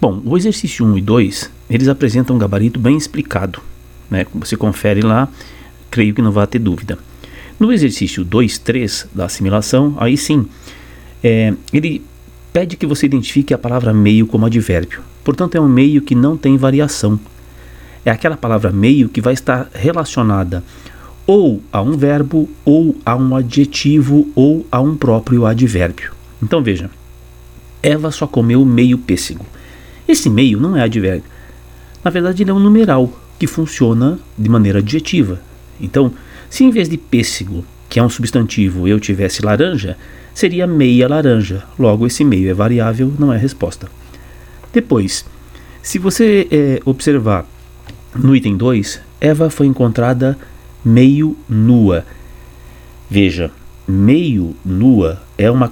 Bom, o exercício 1 e 2, eles apresentam um gabarito bem explicado, né? Você confere lá, creio que não vai ter dúvida. No exercício 2, 3 da assimilação, aí sim, ele pede que você identifique a palavra meio como advérbio. Portanto, é um meio que não tem variação. É aquela palavra meio que vai estar relacionada ou a um verbo, ou a um adjetivo, ou a um próprio advérbio. Então veja, Eva só comeu meio pêssego. Esse meio não é advérbio. Na verdade, ele é um numeral que funciona de maneira adjetiva. Então, se em vez de pêssego, que é um substantivo, eu tivesse laranja, seria meia laranja. Logo, esse meio é variável, não é resposta. Depois, se você observar no item 2, Eva foi encontrada meio nua. Veja, meio nua é uma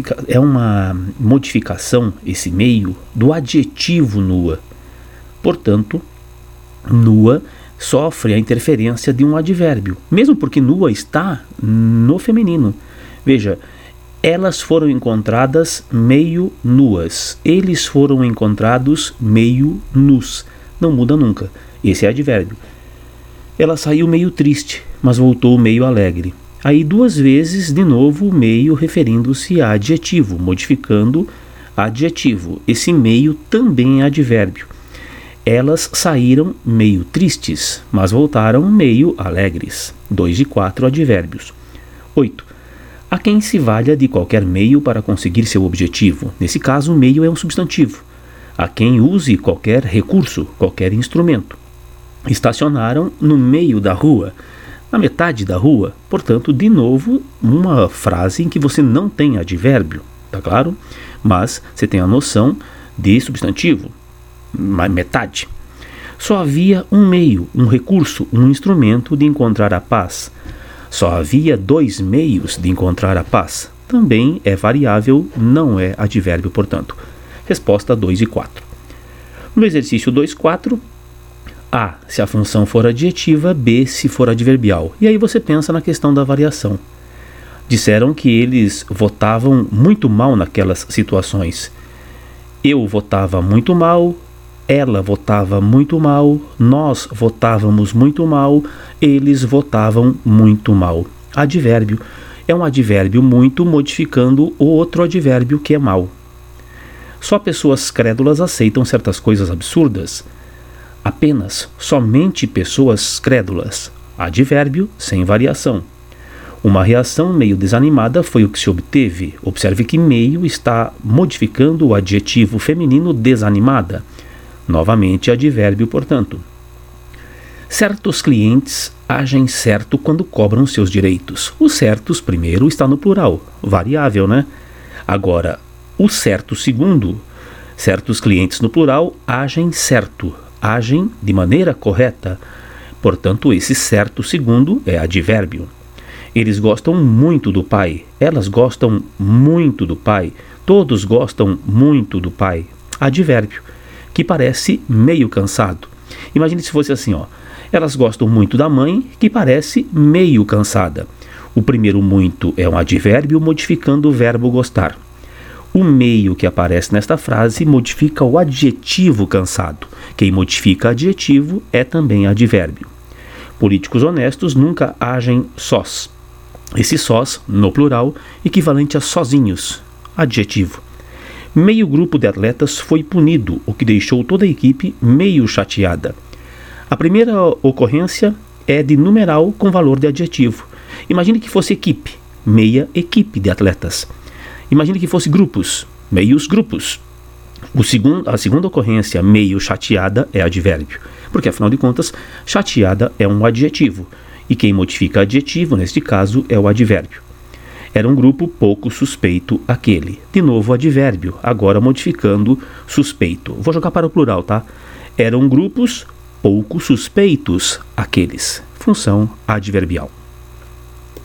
modificação, esse meio, do adjetivo nua. Portanto, nua sofre a interferência de um advérbio, mesmo porque nua está no feminino. Veja, elas foram encontradas meio nuas, eles foram encontrados meio nus. Não muda nunca, esse é advérbio. Ela saiu meio triste, mas voltou meio alegre. Aí duas vezes, de novo, o meio referindo-se a adjetivo, modificando adjetivo. Esse meio também é advérbio. Elas saíram meio tristes, mas voltaram meio alegres. 2 e 4 advérbios. 8. Há quem se valha de qualquer meio para conseguir seu objetivo. Nesse caso, o meio é um substantivo. Há quem use qualquer recurso, qualquer instrumento. Estacionaram no meio da rua, na metade da rua. Portanto, de novo, uma frase em que você não tem advérbio, tá claro? Mas você tem a noção de substantivo, metade. Só havia um meio, um recurso, um instrumento de encontrar a paz. Só havia 2 meios de encontrar a paz. Também é variável, não é advérbio, portanto. Resposta 2 e 4. No exercício 2, 4, A, se a função for adjetiva, B, se for adverbial. E aí você pensa na questão da variação. Disseram que eles votavam muito mal naquelas situações. Eu votava muito mal, ela votava muito mal, nós votávamos muito mal, eles votavam muito mal. Advérbio é um advérbio muito modificando o outro advérbio que é mal. Só pessoas crédulas aceitam certas coisas absurdas. Apenas, somente pessoas crédulas. Advérbio sem variação. Uma reação meio desanimada foi o que se obteve. Observe que meio está modificando o adjetivo feminino desanimada. Novamente advérbio, portanto. Certos clientes agem certo quando cobram seus direitos. Os certos, primeiro, está no plural. Variável, né? Agora, o certo, segundo. Certos clientes no plural agem certo. Agem de maneira correta. Portanto, esse certo segundo é advérbio. Eles gostam muito do pai. Elas gostam muito do pai. Todos gostam muito do pai. Advérbio, que parece meio cansado. Imagine se fosse assim, ó. Elas gostam muito da mãe, que parece meio cansada. O primeiro muito é um advérbio modificando o verbo gostar. O meio que aparece nesta frase modifica o adjetivo cansado. Quem modifica adjetivo é também advérbio. Políticos honestos nunca agem sós. Esse sós, no plural, equivalente a sozinhos. Adjetivo. Meio grupo de atletas foi punido, o que deixou toda a equipe meio chateada. A primeira ocorrência é de numeral com valor de adjetivo. Imagine que fosse equipe, meia equipe de atletas. Imagine que fosse grupos, meios grupos. A segunda ocorrência, meio chateada, é advérbio, porque afinal de contas, chateada é um adjetivo, e quem modifica adjetivo, neste caso, é o advérbio. Era um grupo pouco suspeito aquele. De novo advérbio, agora modificando suspeito. Vou jogar para o plural, tá? Eram grupos pouco suspeitos aqueles. Função adverbial.